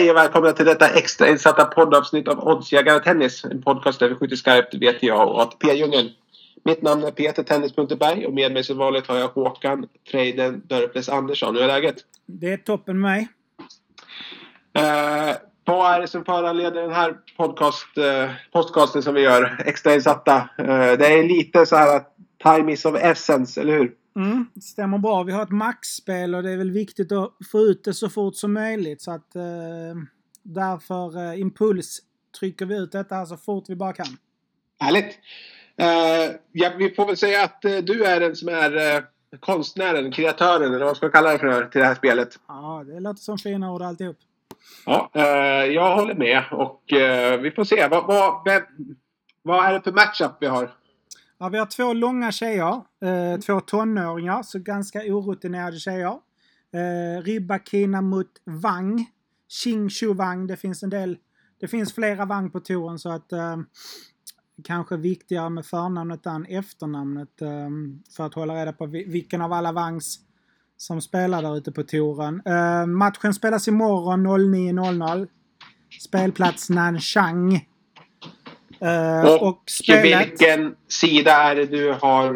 Hej och välkomna till detta extrainsatta poddavsnitt av Oddsjägarna Tennis. En podcast där vi skjuter skarpt, vet jag, och ATP-djungeln. Mitt namn är Peter Tennis.berg och med mig som vanligt har jag Håkan Freiden Dörples Andersson. Hur är läget? Det är toppen med mig. Vad är det som föranleder den här podcasten som vi gör? Extrainsatta. Det är lite så här att time is of essence, eller hur? Det stämmer bra. Vi har ett maxspel och det är väl viktigt att få ut det så fort som möjligt. Så att därför impuls trycker vi ut detta så fort vi bara kan. Härligt. Ja, vi får väl säga att du är den som är konstnären, kreatören eller vad ska jag kalla det för till det här spelet. Ja, det låter som fina ord alltihop. Ja, jag håller med och vi får se. Vad är det för matchup vi har? Ja, vi har två långa tjejer, två tonåringar, så ganska orutinerade tjejer. Rybakina mot Wang. Xing Shu Wang, det finns flera Wang på touren så att kanske viktigare med förnamnet än efternamnet för att hålla reda på vilken av alla Wangs som spelar där ute på touren. Matchen spelas imorgon 09:00. Spelplats Nanchang. Och spelet... Vilken sida är det du har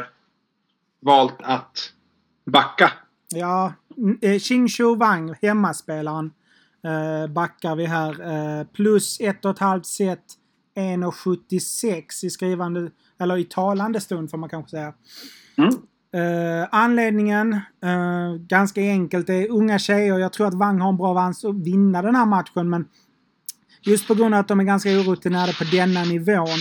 valt att backa? Ja, Xing Shu Wang, hemmaspelaren, backar vi här. Plus 1,5 set, 1,76 i skrivande, eller i talande stund får man kanske säga. Anledningen, ganska enkelt, det är unga tjejer. Jag tror att Wang har en bra chans att vinna den här matchen, men just på grund av att de är ganska orutinerade på denna nivån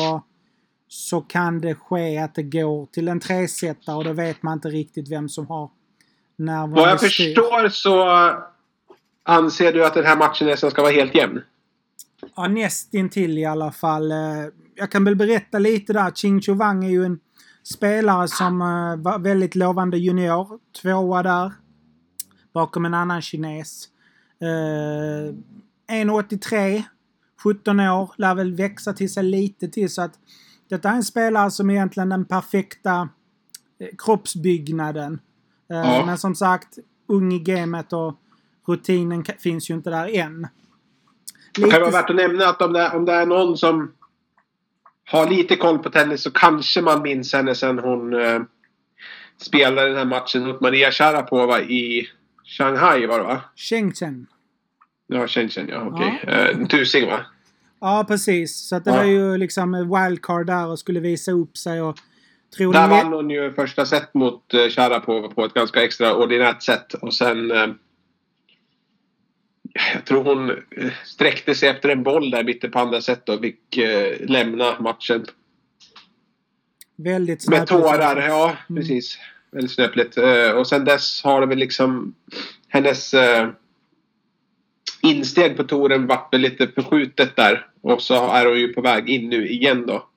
så kan det ske att det går till en 3-setare och då vet man inte riktigt vem som har nerven. Vad jag förstår så anser du att den här matchen nästan ska vara helt jämn? Ja, nästintill i alla fall. Jag kan väl berätta lite där. Xing Shu Wang är ju en spelare som var väldigt lovande junior. 2:a där. Bakom en annan kines. 1,83. 17 år. Lär väl växa till sig lite till. Så att detta är en spelare som egentligen den perfekta kroppsbyggnaden. Men som sagt, ung i gamet och rutinen finns ju inte där än. Det kan vara värt att nämna att om det är någon som har lite koll på tennis så kanske man minns henne sen hon spelade den här matchen mot Maria Sharapova i Shanghai, var det va? Shenzhen. Ja, Shenzhen, ja, okej. En tusing, va? Ja, precis. Så att det var ju liksom wildcard där och skulle visa upp sig och där vann hon ju första set mot Sharapova på ett ganska extraordinärt sätt. Och sen jag tror hon sträckte sig efter en boll där mitt på andra set och fick lämna matchen. Väldigt snabbt. Med tårar, ja, precis. Väldigt snöpligt. Och sen dess har det väl liksom hennes insteg på touren varit lite förskjutet där. Och så är hon ju på väg in nu igen då.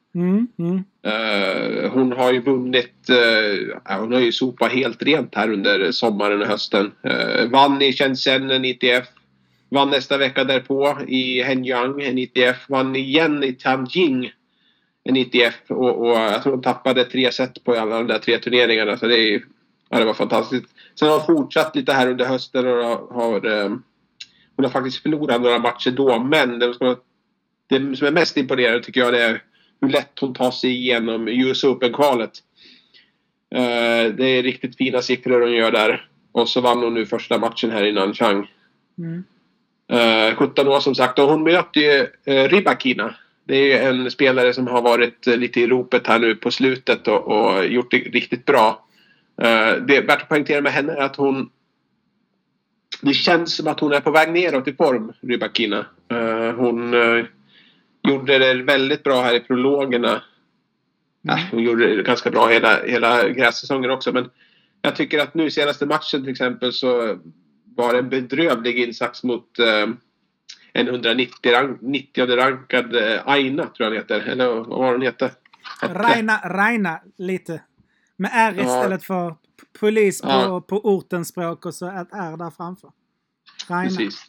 Hon har ju vunnit, hon har ju sopat helt rent här under sommaren och hösten. Vann i Shenzhen en ITF. Vann nästa vecka därpå i Henyang en ITF. Vann igen i Tianjin en ITF. Och jag tror hon tappade 3 set på alla de där 3 turneringarna. Så det var fantastiskt. Sen har hon fortsatt lite här under hösten och hon har faktiskt förlorat några matcher då. Men det som är mest imponerande tycker jag det är hur lätt hon tar sig igenom US Open-kvalet. Det är riktigt fina siffror hon gör där. Och så vann hon nu första matchen här i Nanchang. 17 år som sagt. Och hon möter ju Rybakina. Det är en spelare som har varit lite i ropet här nu på slutet och gjort det riktigt bra. Det är värt att poängtera med henne att det känns som att hon är på väg neråt i form, Rybakina. Hon gjorde det väldigt bra här i prologerna. Hon gjorde det ganska bra hela grässäsongen också. Men jag tycker att nu senaste matchen till exempel så var det en bedrövlig insats mot en 190 rankad Aina tror jag han heter. Eller vad var den heter? Raina lite. Med R istället för polis på ortens språk och så ett R där framför. Raina. Precis.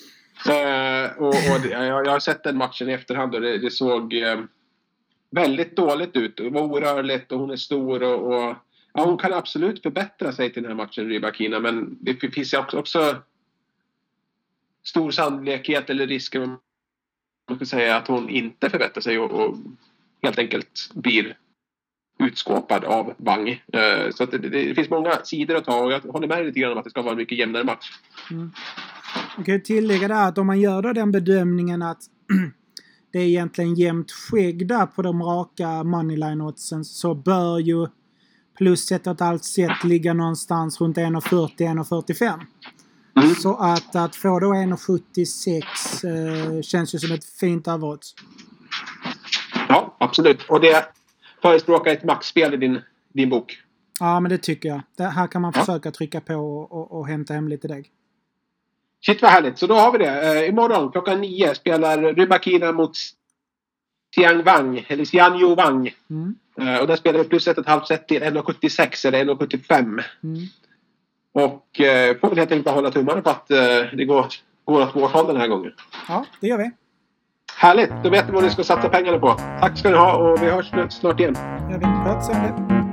Jag har sett den matchen i efterhand och det såg väldigt dåligt ut. Det var orörligt och hon är stor och hon kan absolut förbättra sig till den här matchen, Rybakina, men det finns också stor sannolikhet eller risk man ska säga att hon inte förbättrar sig och helt enkelt blir utskåpad av Wang. Så att det finns många sidor att ta och jag håller med lite grann om att det ska vara en mycket jämnare match. Jag kan ju tillägga där att om man gör då den bedömningen att det är egentligen jämnt skägg där på de raka moneyline-oddsen, så bör ju plus 1,5 set ligga någonstans runt 1,40-1,45. Så att få då 1,76 känns ju som ett fint överodds. Ja, absolut. Och det förespråkar ett maxspel i din bok. Ja, men det tycker jag. Här kan man försöka trycka på och hämta hem lite dägg. Shit, vad härligt. Så då har vi det. Imorgon klockan 9 spelar Rybakina mot Xian Yu Wang. Och där spelar vi plus 1,5 set till 1,76 eller 1,75. Och får vi helt enkelt hålla tummarna på att det går att vårshåll den här gången. Ja, det gör vi. Härligt, då vet vi vad ni ska satsa pengarna på. Tack ska ni ha och vi hörs snart igen. Jag vet inte,